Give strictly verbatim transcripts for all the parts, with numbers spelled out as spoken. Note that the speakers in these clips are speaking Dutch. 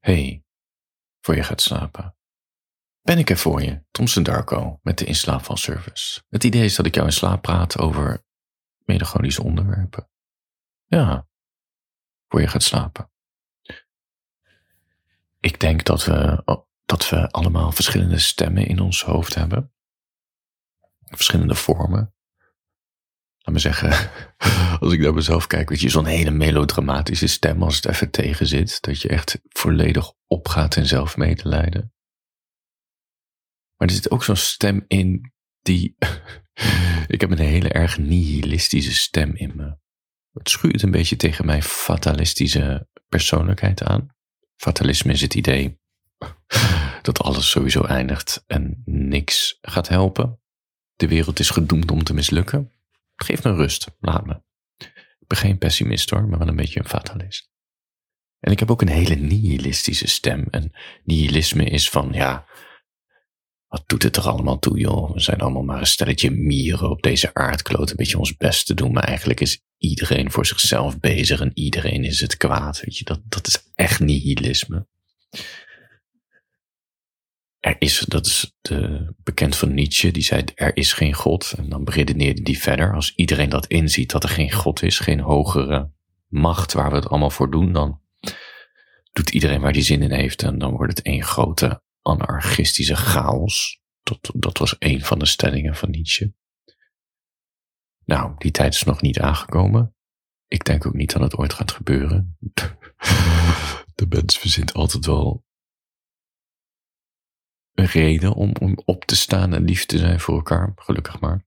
Hey, voor je gaat slapen. Ben ik er voor je, Thompson Darko, met de inslaapvalservice. Het idee is dat ik jou in slaap praat over melancholische onderwerpen. Ja, voor je gaat slapen. Ik denk dat we, dat we allemaal verschillende stemmen in ons hoofd hebben. Verschillende vormen. Laat me zeggen, als ik naar mezelf kijk, weet je, zo'n hele melodramatische stem als het even tegen zit. Dat je echt volledig opgaat in zelfmedelijden. Maar er zit ook zo'n stem in die... ik heb een hele erg nihilistische stem in me. Het schuurt een beetje tegen mijn fatalistische persoonlijkheid aan. Fatalisme is het idee dat alles sowieso eindigt en niks gaat helpen. De wereld is gedoemd om te mislukken. Geef me rust, laat me. Ik ben geen pessimist hoor, maar wel een beetje een fatalist. En ik heb ook een hele nihilistische stem. En nihilisme is van, ja, wat doet het er allemaal toe joh? We zijn allemaal maar een stelletje mieren op deze aardkloot, een beetje ons best te doen. Maar eigenlijk is iedereen voor zichzelf bezig en iedereen is het kwaad. Weet je, dat, dat is echt nihilisme. Er is, dat is de, bekend van Nietzsche, die zei er is geen God. En dan beredeneerde die verder. Als iedereen dat inziet dat er geen God is, geen hogere macht waar we het allemaal voor doen, dan doet iedereen waar die zin in heeft. En dan wordt het één grote anarchistische chaos. Dat, dat was één van de stellingen van Nietzsche. Nou, die tijd is nog niet aangekomen. Ik denk ook niet dat het ooit gaat gebeuren. De mens verzint altijd wel een reden om, om op te staan en lief te zijn voor elkaar. Gelukkig maar.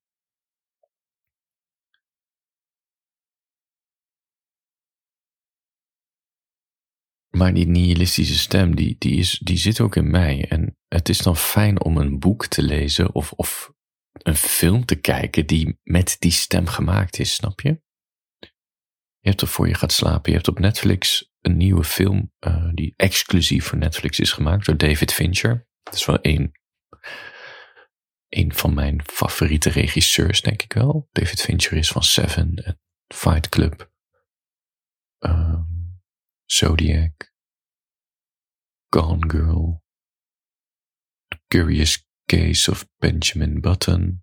Maar die nihilistische stem, die, die, is, die zit ook in mij. En het is dan fijn om een boek te lezen of, of een film te kijken die met die stem gemaakt is, snap je? Je hebt er voor je gaat slapen. Je hebt op Netflix een nieuwe film uh, die exclusief voor Netflix is gemaakt door David Fincher. Dat is wel een, een van mijn favoriete regisseurs, denk ik wel. David Fincher is van Seven en Fight Club. Um, Zodiac. Gone Girl. The Curious Case of Benjamin Button.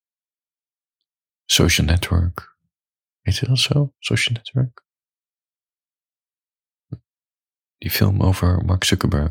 Social Network. Heet je dat zo? Social Network? Die film over Mark Zuckerberg.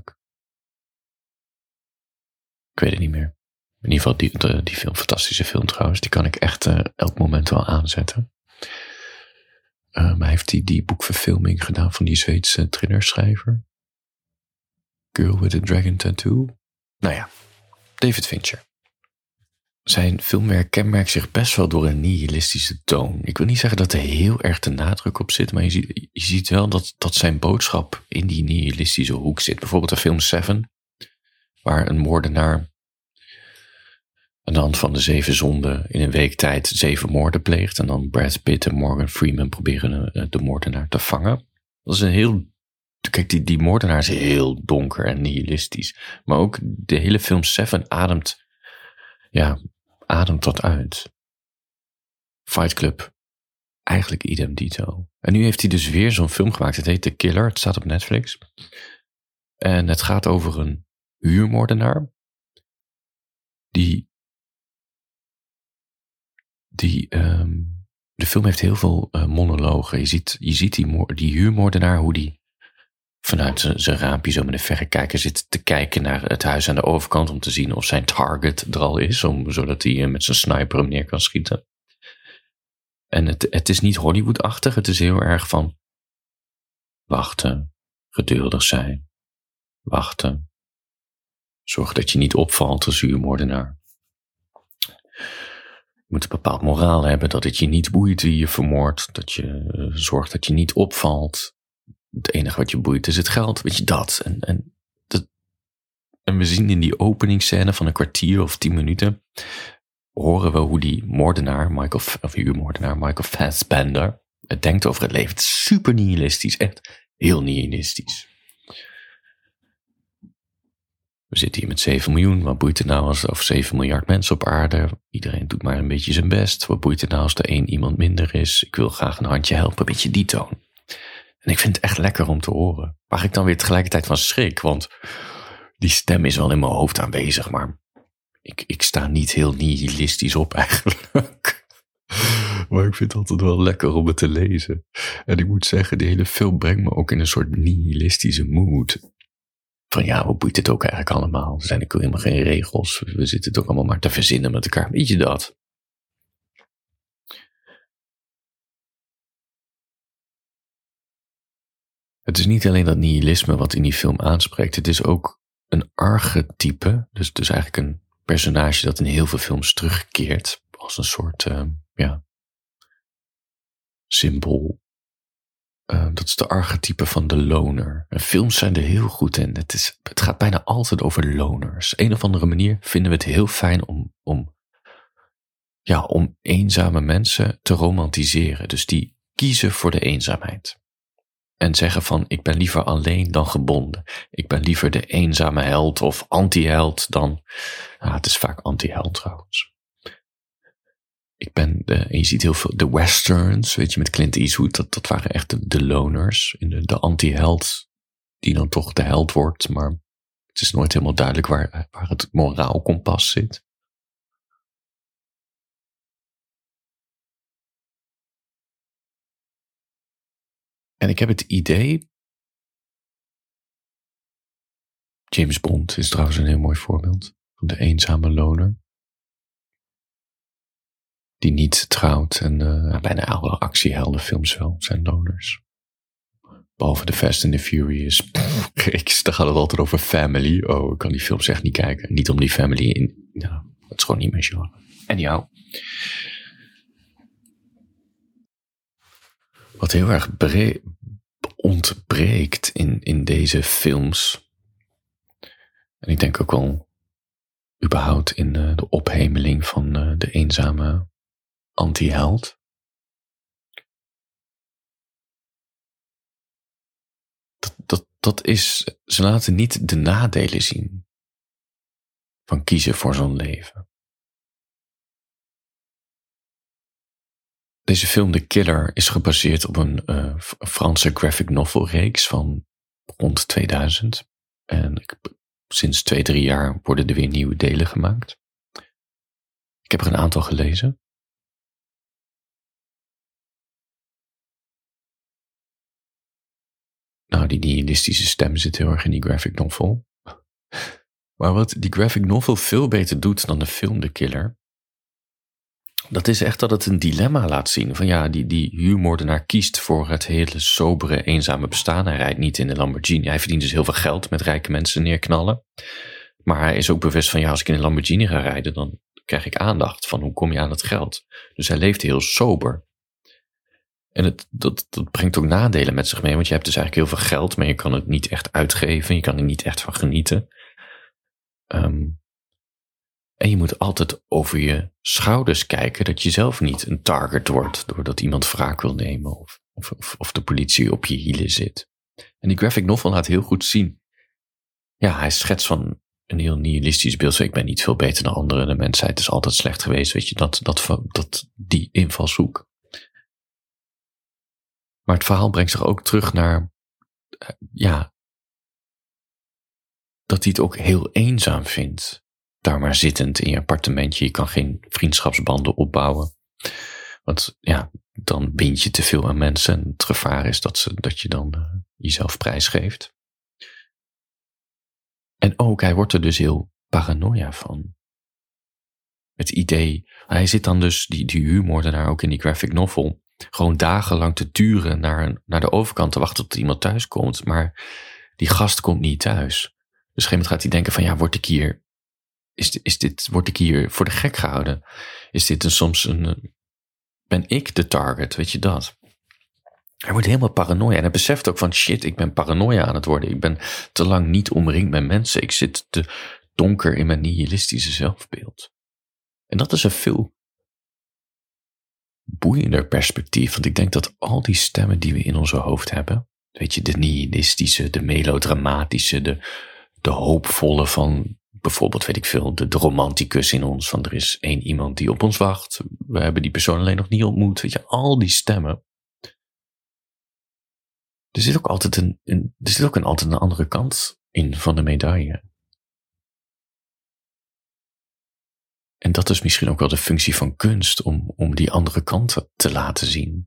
Ik weet het niet meer. In ieder geval die, die, die film, fantastische film trouwens. Die kan ik echt uh, elk moment wel aanzetten. Uh, maar hij heeft die, die boekverfilming gedaan van die Zweedse thrillerschrijver. Girl with a Dragon Tattoo. Nou ja, David Fincher. Zijn filmwerk kenmerkt zich best wel door een nihilistische toon. Ik wil niet zeggen dat er heel erg de nadruk op zit, maar je ziet, je ziet wel dat, dat zijn boodschap in die nihilistische hoek zit. Bijvoorbeeld de film Seven, waar een moordenaar aan de hand van de zeven zonden in een week tijd zeven moorden pleegt. En dan Brad Pitt en Morgan Freeman proberen de moordenaar te vangen. Dat is een heel... Kijk, die, die moordenaar is heel donker en nihilistisch. Maar ook de hele film Seven ademt... Ja, ademt dat uit. Fight Club. Eigenlijk idem dito. En nu heeft hij dus weer zo'n film gemaakt. Het heet The Killer. Het staat op Netflix. En het gaat over een huurmoordenaar. Die... Die... Um, de film heeft heel veel uh, monologen. Je ziet, je ziet die, moor, die huurmoordenaar hoe die vanuit zijn raampje zo met een verrekijker zit te kijken naar het huis aan de overkant om te zien of zijn target er al is, om, zodat hij met zijn sniper hem neer kan schieten. En het, het is niet Hollywood-achtig, het is heel erg van wachten, geduldig zijn, wachten, zorg dat je niet opvalt als huurmoordenaar. Je moet een bepaald moraal hebben, dat het je niet boeit wie je vermoordt, dat je uh, zorgt dat je niet opvalt. Het enige wat je boeit is het geld, weet je dat. En, en, dat. en we zien in die openingsscène van een kwartier of tien minuten, horen we hoe die moordenaar, Michael, of huurmoordenaar Michael Fassbender, het denkt over het leven. Het is super nihilistisch, echt heel nihilistisch. We zitten hier met zeven miljoen, wat boeit het nou als er over zeven miljard mensen op aarde? Iedereen doet maar een beetje zijn best. Wat boeit het nou als er één iemand minder is? Ik wil graag een handje helpen, een beetje die toon. En ik vind het echt lekker om te horen. Waar ik dan weer tegelijkertijd van schrik, want die stem is wel in mijn hoofd aanwezig, maar ik, ik sta niet heel nihilistisch op eigenlijk. Maar ik vind het altijd wel lekker om het te lezen. En ik moet zeggen, die hele film brengt me ook in een soort nihilistische mood. Van ja, wat boeit het ook eigenlijk allemaal? Er zijn ook helemaal geen regels. We zitten het ook allemaal maar te verzinnen met elkaar. Weet je dat? Het is niet alleen dat nihilisme wat in die film aanspreekt. Het is ook een archetype. Dus, dus eigenlijk een personage dat in heel veel films terugkeert. Als een soort, uh, ja, symbool. Uh, dat is de archetype van de loner. En films zijn er heel goed in. Het, is, het gaat bijna altijd over loners. Op een of andere manier vinden we het heel fijn om, om, ja, om eenzame mensen te romantiseren. Dus die kiezen voor de eenzaamheid. En zeggen van, ik ben liever alleen dan gebonden. Ik ben liever de eenzame held of anti-held dan... Nou, het is vaak anti-held trouwens. Ik ben, de, en je ziet heel veel, de westerns, weet je, met Clint Eastwood, dat, dat waren echt de, de loners. De, de anti-held, die dan toch de held wordt, maar het is nooit helemaal duidelijk waar, waar het moraalkompas zit. En ik heb het idee, James Bond is trouwens een heel mooi voorbeeld van de eenzame loner. Die niet trouwt en uh, bijna alle actieheldenfilms wel zijn loners. Behalve The Fast and the Furious. Pff, kijk, daar gaat het altijd over family. Oh, ik kan die films echt niet kijken. Niet om die family in... Ja, dat is gewoon niet mijn genre. Anyhow. Wat heel erg bre- ontbreekt in, in deze films. En ik denk ook wel überhaupt in uh, de ophemeling van uh, de eenzame anti-held. Dat, dat, dat is, ze laten niet de nadelen zien van kiezen voor zo'n leven. Deze film The Killer is gebaseerd op een uh, Franse graphic novel reeks van rond tweeduizend. En ik, sinds twee, drie jaar worden er weer nieuwe delen gemaakt. Ik heb er een aantal gelezen. Nou, die nihilistische stem zit heel erg in die graphic novel. Maar wat die graphic novel veel beter doet dan de film The Killer, dat is echt dat het een dilemma laat zien. Van ja, die, die huurmoordenaar kiest voor het hele sobere, eenzame bestaan. Hij rijdt niet in de Lamborghini. Hij verdient dus heel veel geld met rijke mensen neerknallen. Maar hij is ook bewust van ja, als ik in een Lamborghini ga rijden, dan krijg ik aandacht van hoe kom je aan het geld. Dus hij leeft heel sober. En het, dat, dat brengt ook nadelen met zich mee, want je hebt dus eigenlijk heel veel geld, maar je kan het niet echt uitgeven, je kan er niet echt van genieten. Um, en je moet altijd over je schouders kijken, dat je zelf niet een target wordt, doordat iemand wraak wil nemen, of, of, of de politie op je hielen zit. En die graphic novel laat heel goed zien. Ja, hij schetst van een heel nihilistisch beeld, ik ben niet veel beter dan anderen, de mensheid is altijd slecht geweest, weet je, dat, dat, dat die invalshoek. Maar het verhaal brengt zich ook terug naar, ja, dat hij het ook heel eenzaam vindt. Daar maar zittend in je appartementje. Je kan geen vriendschapsbanden opbouwen. Want ja, dan bind je te veel aan mensen. En het gevaar is dat, ze, dat je dan uh, jezelf prijsgeeft. En ook, hij wordt er dus heel paranoia van. Het idee, hij zit dan dus, die, die huurmoordenaar ook in die graphic novel, gewoon dagenlang te turen naar, een, naar de overkant te wachten tot iemand thuis komt. Maar die gast komt niet thuis. Dus op een gegeven moment gaat hij denken van ja, word ik hier, is dit, is dit, word ik hier voor de gek gehouden? Is dit een, soms een, ben ik de target, weet je dat? Hij wordt helemaal paranoia en hij beseft ook van shit, ik ben paranoia aan het worden. Ik ben te lang niet omringd met mensen. Ik zit te donker in mijn nihilistische zelfbeeld. En dat is een veel boeiender perspectief, want ik denk dat al die stemmen die we in onze hoofd hebben, weet je, de nihilistische, de melodramatische, de, de hoopvolle van bijvoorbeeld, weet ik veel, de, de romanticus in ons, van er is één iemand die op ons wacht, we hebben die persoon alleen nog niet ontmoet, weet je, al die stemmen, er zit ook altijd een, een, er zit ook een, altijd een andere kant in van de medaille. En dat is misschien ook wel de functie van kunst, om, om die andere kant te laten zien.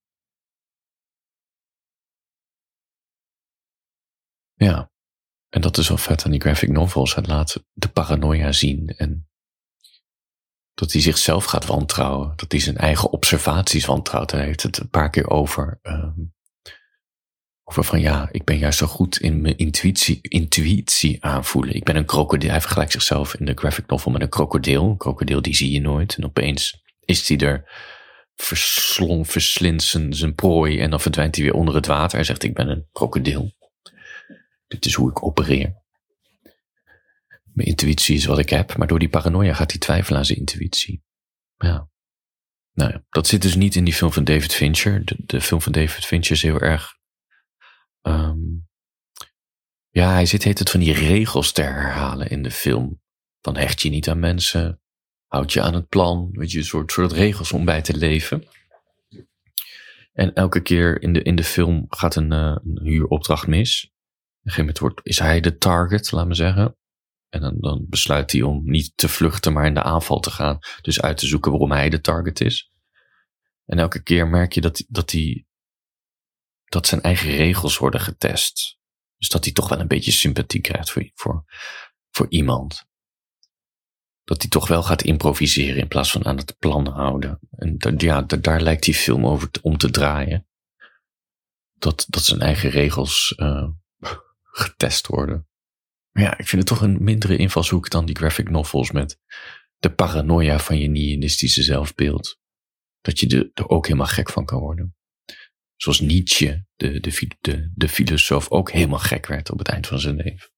Ja, en dat is wel vet aan die graphic novels. Het laat de paranoia zien en dat hij zichzelf gaat wantrouwen. Dat hij zijn eigen observaties wantrouwt. Hij heeft het een paar keer over. Um, over van ja, ik ben juist zo goed in mijn intuïtie, intuïtie aanvoelen. Ik ben een krokodil. Hij vergelijkt zichzelf in de graphic novel met een krokodil. Een krokodil die zie je nooit. En opeens is hij er, verslon, verslindt zijn, zijn prooi en dan verdwijnt hij weer onder het water. Hij zegt, ik ben een krokodil. Dit is hoe ik opereer. Mijn intuïtie is wat ik heb, maar door die paranoia gaat hij twijfelen aan zijn intuïtie. Ja. Nou ja, dat zit dus niet in die film van David Fincher. De, de film van David Fincher is heel erg... Um, ja, hij zit heet het van die regels te herhalen in de film. Dan hecht je niet aan mensen, houd je aan het plan, weet je, een soort, soort regels om bij te leven. En elke keer in de, in de film gaat een, uh, een huuropdracht mis. Op een gegeven moment wordt, is hij de target, laat me zeggen. En dan, dan besluit hij om niet te vluchten, maar in de aanval te gaan. Dus uit te zoeken waarom hij de target is. En elke keer merk je dat, dat, hij, dat zijn eigen regels worden getest. Dus dat hij toch wel een beetje sympathie krijgt voor, voor, voor iemand. Dat hij toch wel gaat improviseren in plaats van aan het plan houden. En d- ja, d- daar lijkt die film over t- om te draaien. Dat, dat zijn eigen regels uh, getest worden. Maar ja, ik vind het toch een mindere invalshoek dan die graphic novels met de paranoia van je nihilistische zelfbeeld. Dat je er, er ook helemaal gek van kan worden. Zoals Nietzsche, de, de, de, de filosoof, ook helemaal gek werd op het eind van zijn leven.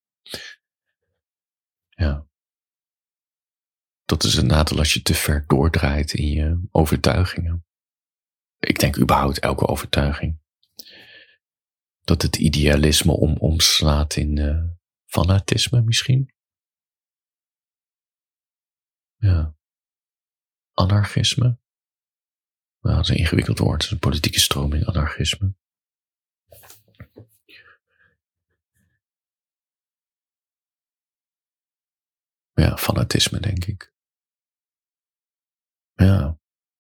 Ja. Dat is een nadeel als je te ver doordraait in je overtuigingen. Ik denk überhaupt elke overtuiging. Dat het idealisme om, omslaat in uh, fanatisme misschien. Ja. Anarchisme. Nou, dat is een ingewikkeld woord. Het is een politieke stroming, anarchisme. Ja, fanatisme denk ik. Ja.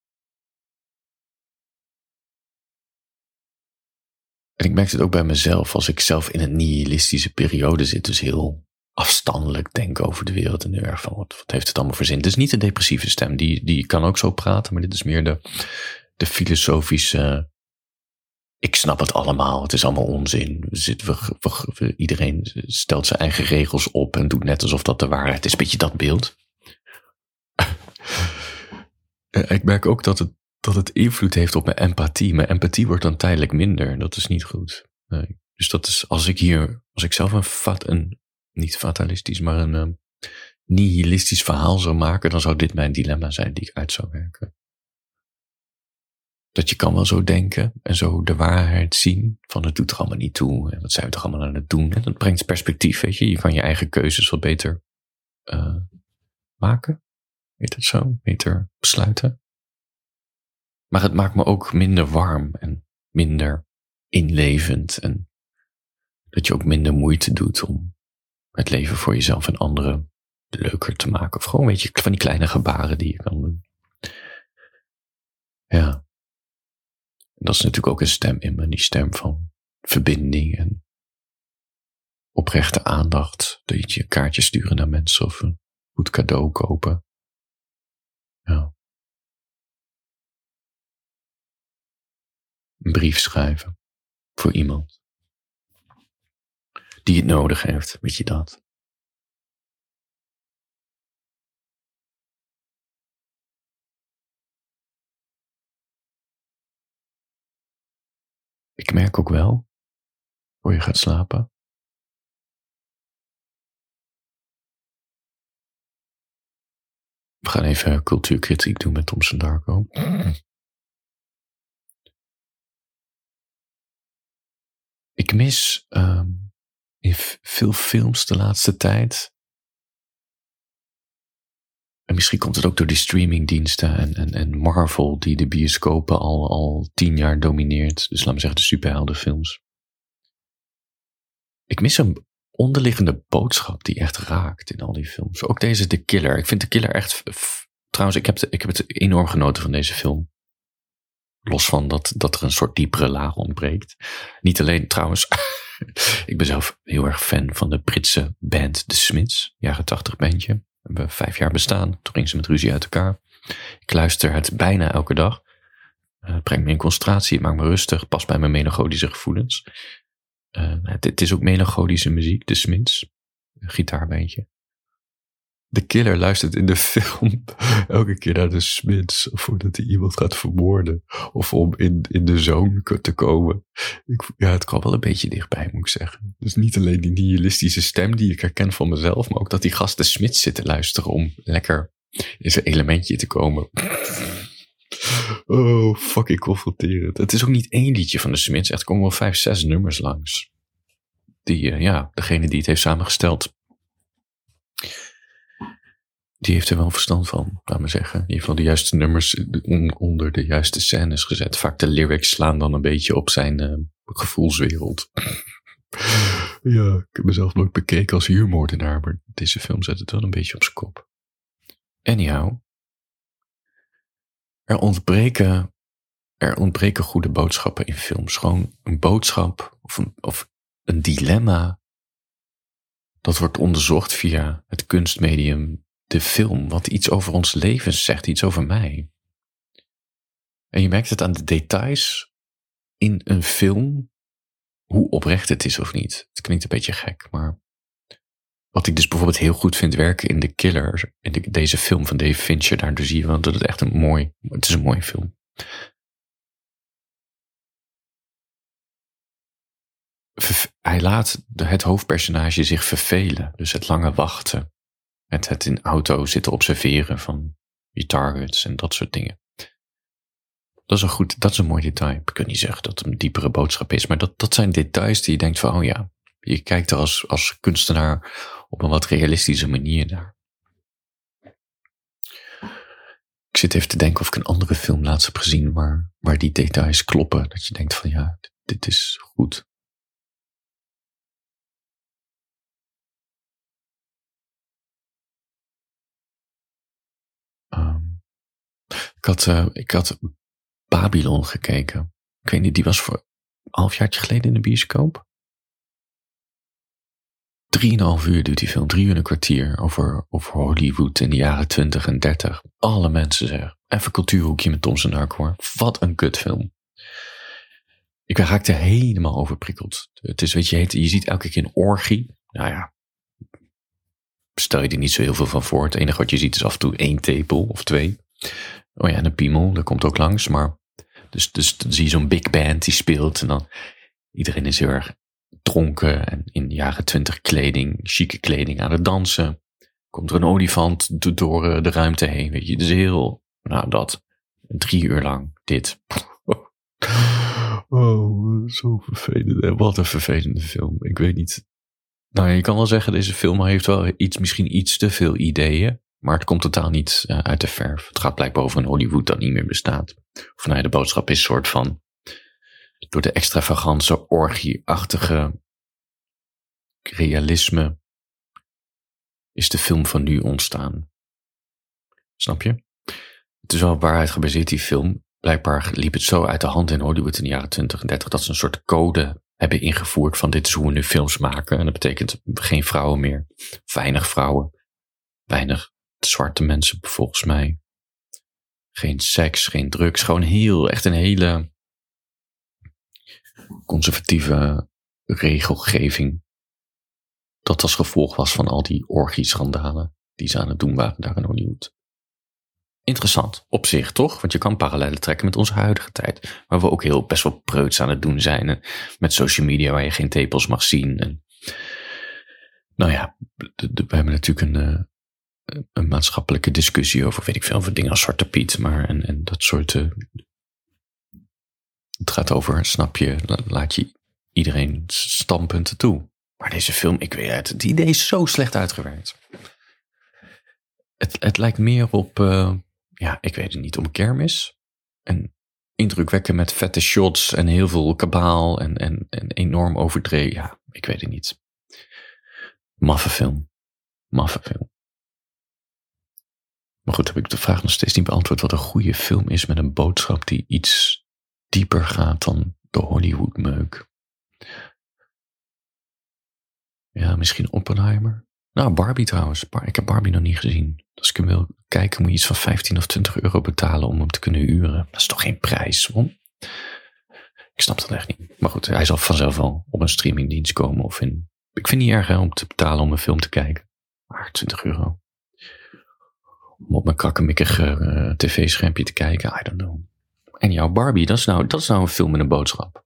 En ik merk het ook bij mezelf, als ik zelf in een nihilistische periode zit, dus heel afstandelijk denk over de wereld en heel erg van, wat, wat heeft het allemaal voor zin? Het is niet de depressieve stem, die, die kan ook zo praten, maar dit is meer de, de filosofische, ik snap het allemaal, het is allemaal onzin. We zitten, we, we, we, iedereen stelt zijn eigen regels op en doet net alsof dat de waarheid is. Een beetje dat beeld. Ik merk ook dat het, dat het invloed heeft op mijn empathie. Mijn empathie wordt dan tijdelijk minder. Dat is niet goed. Nee. Dus dat is, als ik hier, als ik zelf een, fat, een niet fatalistisch, maar een um, nihilistisch verhaal zou maken, dan zou dit mijn dilemma zijn die ik uit zou werken. Dat je kan wel zo denken en zo de waarheid zien van het doet er allemaal niet toe. En wat zijn we toch allemaal aan het doen? En dat brengt perspectief, weet je. Je kan je eigen keuzes wat beter uh, maken. Heet het zo? Beter besluiten. Maar het maakt me ook minder warm en minder inlevend. En dat je ook minder moeite doet om het leven voor jezelf en anderen leuker te maken. Of gewoon, weet je, van die kleine gebaren die je kan doen. Ja. En dat is natuurlijk ook een stem in me. Die stem van verbinding en oprechte aandacht. Dat je een kaartje sturen naar mensen of een goed cadeau kopen. Ja. Een brief schrijven. Voor iemand. Die het nodig heeft. Weet je dat? Ik merk ook wel. Voor je gaat slapen. We gaan even cultuurkritiek doen met Thompson Darko. Ik mis um, in veel films de laatste tijd. En misschien komt het ook door die streamingdiensten en, en, en Marvel die de bioscopen al, al tien jaar domineert. Dus laat me zeggen de superheldenfilms. ik mis een onderliggende boodschap die echt raakt in al die films. Ook deze The Killer. Ik vind The Killer echt... F- trouwens, ik heb, de, ik heb het enorm genoten van deze film. Los van dat, dat er een soort diepere laag ontbreekt. Niet alleen trouwens... ik ben zelf heel erg fan van de Britse band The Smiths. Jaren tachtig bandje. We hebben vijf jaar bestaan. Toen ging ze met ruzie uit elkaar. Ik luister het bijna elke dag. Uh, het brengt me in concentratie. Het maakt me rustig. Past bij mijn melancholische gevoelens. Uh, het, het is ook melancholische muziek. The Smiths. Een gitaarbandje. De killer luistert in de film elke keer naar de Smiths voordat hij iemand gaat vermoorden. Of om in, in de zone te komen. Ik, ja, het kwam wel een beetje dichtbij, moet ik zeggen. Dus niet alleen die nihilistische stem die ik herken van mezelf, maar ook dat die gast de Smiths zit te luisteren om lekker in zijn elementje te komen. Oh, fucking confronterend. Het is ook niet één liedje van de Smiths. Echt, er komen wel vijf, zes nummers langs. Die, uh, ja, degene die het heeft samengesteld, die heeft er wel verstand van, laat me zeggen. In ieder geval de juiste nummers onder de juiste scènes gezet. Vaak de lyrics slaan dan een beetje op zijn uh, gevoelswereld. Ja, ik heb mezelf nooit bekeken als huurmoordenaar, maar deze film zet het wel een beetje op zijn kop. Anyhow, er ontbreken, er ontbreken goede boodschappen in films. Gewoon een boodschap of een, of een dilemma dat wordt onderzocht via het kunstmedium de film, wat iets over ons leven zegt, iets over mij. En je merkt het aan de details in een film, hoe oprecht het is of niet. Het klinkt een beetje gek, maar wat ik dus bijvoorbeeld heel goed vind werken in The Killer, in de, deze film van David Fincher, daar zie je wel dat het echt een mooi, het is een mooie film. Hij laat het hoofdpersonage zich vervelen, dus het lange wachten. Het, het in auto zitten observeren van je targets en dat soort dingen. Dat is een goed, dat is een mooi detail. Ik kan niet zeggen dat het een diepere boodschap is, maar dat, dat zijn details die je denkt van, oh ja, je kijkt er als, als kunstenaar op een wat realistische manier naar. Ik zit even te denken of ik een andere film laatst heb gezien waar, waar die details kloppen. Dat je denkt van, ja, dit, dit is goed. Um, ik, had, uh, ik had Babylon gekeken. Ik weet niet, die was voor een halfjaartje geleden in de bioscoop. Drieënhalf uur duurt die film, drie uur en een kwartier over, over Hollywood in de jaren twintig en dertig. Alle mensen zeggen, even cultuurhoekje met Tom zijn Dark hoor. Wat een kutfilm. Ik raakte helemaal overprikkeld. Het is, weet je, je ziet elke keer een orgie. Nou ja, stel je er niet zo heel veel van voor. Het enige wat je ziet is af en toe één tepel of twee. Oh ja, en een piemel, dat komt ook langs. Maar dus, dus dan zie je zo'n big band die speelt. En dan iedereen is heel erg dronken. En in de jaren twintig kleding, chique kleding aan het dansen. Komt er een olifant door de ruimte heen. Weet je, dus heel, nou dat. Drie uur lang dit. Oh, zo vervelend. Wat een vervelende film. Ik weet niet. Nou, je kan wel zeggen, deze film heeft wel iets, misschien iets te veel ideeën. Maar het komt totaal niet uh, uit de verf. Het gaat blijkbaar over een Hollywood dat niet meer bestaat. Of nou ja, de boodschap is soort van, door de extravagante, orgie-achtige realisme is de film van nu ontstaan. Snap je? Het is wel op waarheid gebaseerd, die film. Blijkbaar liep het zo uit de hand in Hollywood in de jaren twintig en dertig dat ze een soort code hebben ingevoerd van dit is hoe we nu films maken. En dat betekent geen vrouwen meer. Weinig vrouwen. Weinig zwarte mensen volgens mij. Geen seks, geen drugs. Gewoon heel, echt een hele conservatieve regelgeving. Dat als gevolg was van al die orgie-schandalen die ze aan het doen waren daar in Hollywood. Interessant, op zich toch? Want je kan parallellen trekken met onze huidige tijd. Waar we ook heel best wel preuts aan het doen zijn. En met social media waar je geen tepels mag zien. En, nou ja, we hebben natuurlijk een, een maatschappelijke discussie over, weet ik veel, over dingen als Zwarte Piet. Maar en, en dat soort... Uh, het gaat over, snap je, laat je iedereen standpunten toe. Maar deze film, ik weet het, het idee is zo slecht uitgewerkt. Het, het lijkt meer op... Uh, Ja, ik weet het niet, om kermis. En indrukwekkend met vette shots en heel veel kabaal en, en, en enorm overdreven. Ja, ik weet het niet. Maffe film. Maffe film. Maar goed, heb ik de vraag nog steeds niet beantwoord wat een goede film is met een boodschap die iets dieper gaat dan de Hollywood-meuk. Ja, misschien Oppenheimer. Nou, Barbie trouwens. Ik heb Barbie nog niet gezien. Als ik hem wil kijken, moet je iets van vijftien of twintig euro betalen om hem te kunnen huren. Dat is toch geen prijs, man? Ik snap dat echt niet. Maar goed, hij zal vanzelf wel op een streamingdienst komen. Of in... Ik vind het niet erg hè, om te betalen om een film te kijken. Maar twintig euro. Om op mijn krakkemikkige uh, tv-schermpje te kijken, I don't know. En jouw Barbie, dat is nou, dat is nou een film met een boodschap.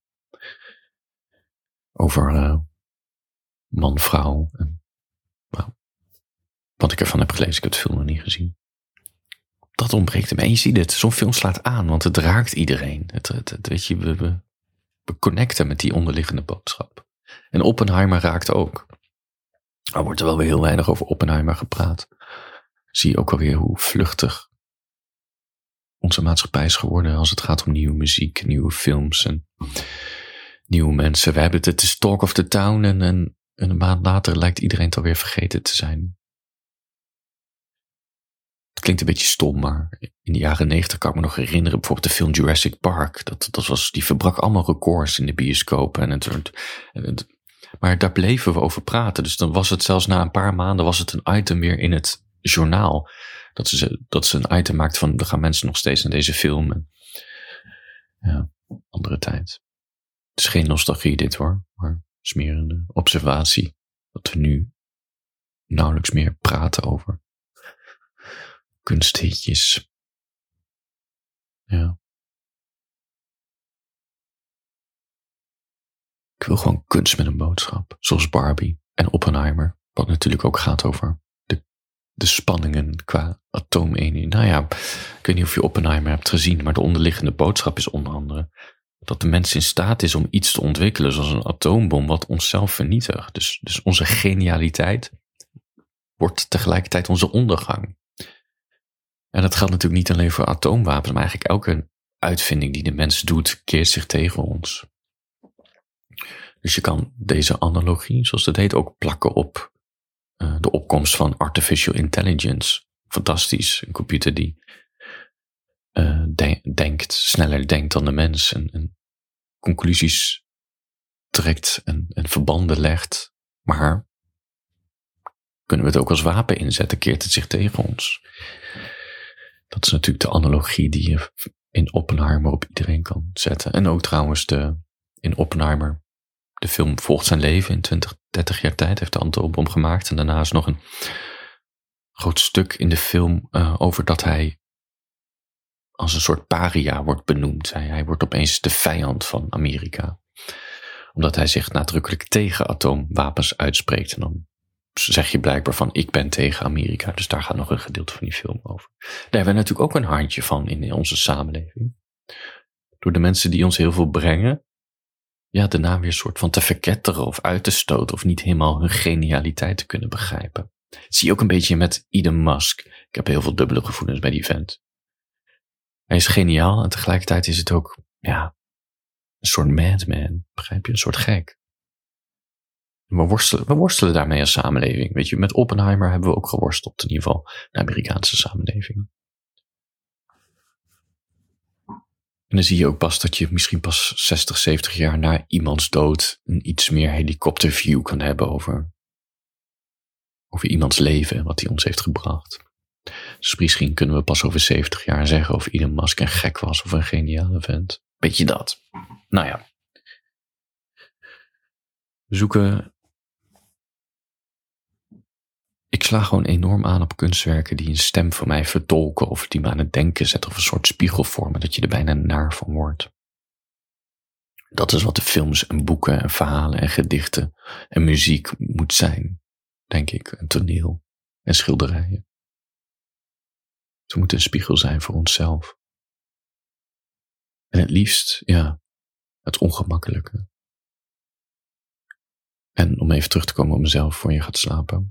Over uh, man, vrouw. En, nou, wat ik ervan heb gelezen, ik heb de film nog niet gezien. Dat ontbreekt hem. En je ziet het, zo'n film slaat aan, want het raakt iedereen. Het, het, het, weet je, we, we, we connecten met die onderliggende boodschap. En Oppenheimer raakt ook. Er wordt er wel weer heel weinig over Oppenheimer gepraat. Zie je ook alweer hoe vluchtig onze maatschappij is geworden als het gaat om nieuwe muziek, nieuwe films en nieuwe mensen. We hebben het, het is talk of the town en, en, en een maand later lijkt iedereen het alweer vergeten te zijn. Het klinkt een beetje stom, maar in de jaren negentig kan ik me nog herinneren, bijvoorbeeld de film Jurassic Park. Dat, dat was, die verbrak allemaal records in de bioscoop. En het, en het, maar daar bleven we over praten. Dus dan was het zelfs na een paar maanden was het een item weer in het journaal. Dat ze, dat ze een item maakt van, er gaan mensen nog steeds naar deze film. En, ja, andere tijd. Het is geen nostalgie dit hoor, maar smerende observatie. Dat we nu nauwelijks meer praten over kunsthitjes. Ja. Ik wil gewoon kunst met een boodschap. Zoals Barbie en Oppenheimer. Wat natuurlijk ook gaat over de, de spanningen qua atoomenergie. Nou ja, ik weet niet of je Oppenheimer hebt gezien. Maar de onderliggende boodschap is onder andere dat de mens in staat is om iets te ontwikkelen. Zoals een atoombom wat onszelf vernietigt. Dus, dus onze genialiteit wordt tegelijkertijd onze ondergang. En dat geldt natuurlijk niet alleen voor atoomwapens, maar eigenlijk elke uitvinding die de mens doet, keert zich tegen ons. Dus je kan deze analogie, zoals dat heet, ook plakken op uh, de opkomst van artificial intelligence. Fantastisch, een computer die uh, de- denkt, sneller denkt dan de mens en, en conclusies trekt en, en verbanden legt. Maar kunnen we het ook als wapen inzetten, keert het zich tegen ons. Dat is natuurlijk de analogie die je in Oppenheimer op iedereen kan zetten. En ook trouwens de, in Oppenheimer, de film volgt zijn leven in twintig, dertig jaar tijd. Heeft de atoombom gemaakt. En daarna is nog een groot stuk in de film uh, over dat hij als een soort paria wordt benoemd. Hij, hij wordt opeens de vijand van Amerika. Omdat hij zich nadrukkelijk tegen atoomwapens uitspreekt. En dan zeg je blijkbaar van, ik ben tegen Amerika. Dus daar gaat nog een gedeelte van die film over. Daar hebben we natuurlijk ook een handje van in onze samenleving. Door de mensen die ons heel veel brengen, ja, daarna weer een soort van te verketteren of uit te stoten of niet helemaal hun genialiteit te kunnen begrijpen. Dat zie je ook een beetje met Elon Musk. Ik heb heel veel dubbele gevoelens bij die vent. Hij is geniaal en tegelijkertijd is het ook, ja, een soort madman. Begrijp je? Een soort gek. We worstelen, we worstelen daarmee als samenleving. Weet je, met Oppenheimer hebben we ook geworsteld. In ieder geval de Amerikaanse samenleving. En dan zie je ook pas dat je misschien pas zestig, zeventig jaar na iemands dood een iets meer helikopterview kan hebben over, over iemands leven en wat hij ons heeft gebracht. Dus misschien kunnen we pas over zeventig jaar zeggen of Elon Musk een gek was of een geniale vent. Beetje dat. Nou ja. We zoeken. Ik sla gewoon enorm aan op kunstwerken die een stem voor mij vertolken of die me aan het denken zetten of een soort spiegel vormen dat je er bijna naar van wordt. Dat is wat de films en boeken en verhalen en gedichten en muziek moet zijn, denk ik, en toneel en schilderijen. Ze moeten een spiegel zijn voor onszelf. En het liefst, ja, het ongemakkelijke. En om even terug te komen op mezelf voor je gaat slapen.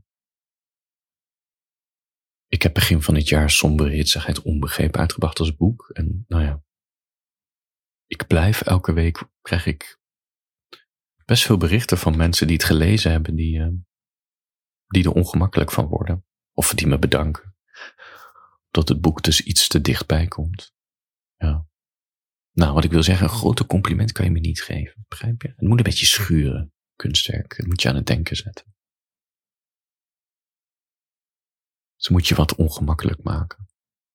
Ik heb begin van het jaar Sombere Hitsigheid Onbegrepen uitgebracht als boek. En nou ja, ik blijf elke week, krijg ik best veel berichten van mensen die het gelezen hebben. Die, uh, die er ongemakkelijk van worden. Of die me bedanken. Dat het boek dus iets te dichtbij komt. Ja. Nou, wat ik wil zeggen, een grote compliment kan je me niet geven. Begrijp je? Het moet een beetje schuren, kunstwerk. Het moet je aan het denken zetten. Dus moet je wat ongemakkelijk maken.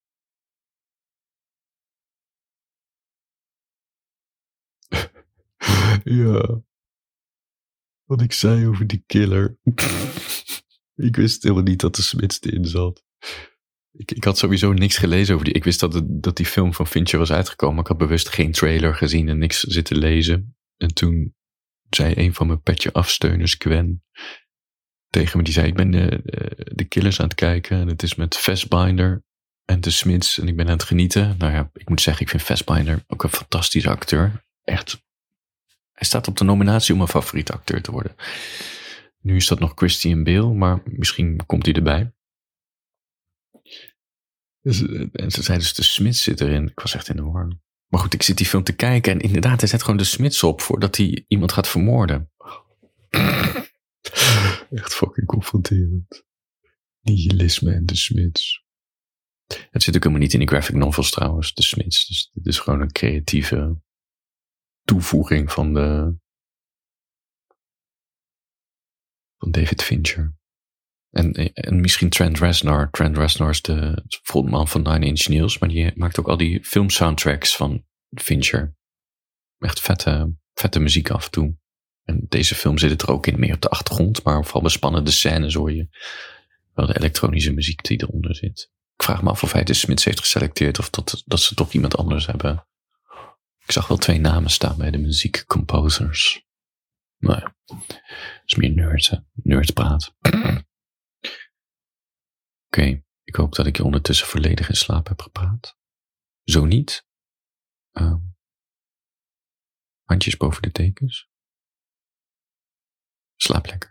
Ja. Wat ik zei over die killer. Ik wist helemaal niet dat de Smits erin zat. Ik, ik had sowieso niks gelezen over die. Ik wist dat, het, dat die film van Fincher was uitgekomen. Ik had bewust geen trailer gezien en niks zitten lezen. En toen zei een van mijn petje afsteuners, Gwen, tegen me. Die zei, ik ben de, de Killers aan het kijken. En het is met Fassbinder en de Smits. En ik ben aan het genieten. Nou ja, ik moet zeggen, ik vind Fassbinder ook een fantastische acteur. Echt. Hij staat op de nominatie om een favoriete acteur te worden. Nu is dat nog Christian Bale, maar misschien komt hij erbij. Dus, en ze zei dus, de Smits zit erin. Ik was echt in de war. Maar goed, ik zit die film te kijken en inderdaad, hij zet gewoon de Smits op voordat hij iemand gaat vermoorden. Echt fucking confronterend. Nihilisme en de Smits. Het zit ook helemaal niet in die graphic novels trouwens, de Smits. Dus dit is gewoon een creatieve toevoeging van de van David Fincher. En, en misschien Trent Reznor. Trent Reznor is de frontman van Nine Inch Nails, maar die maakt ook al die filmsoundtracks van Fincher. Echt vette, vette muziek af en toe. En deze film zit het er ook in, meer op de achtergrond, maar vooral bij spannende scènes hoor je wel de elektronische muziek die eronder zit. Ik vraag me af of hij de Smits heeft geselecteerd of dat, dat ze toch iemand anders hebben. Ik zag wel twee namen staan bij de muziekcomposers. Maar ja, dat is meer nerd, nerdpraat. Oké, okay, ik hoop dat ik je ondertussen volledig in slaap heb gepraat. Zo niet. Uh, handjes boven de tekens. Slaap lekker.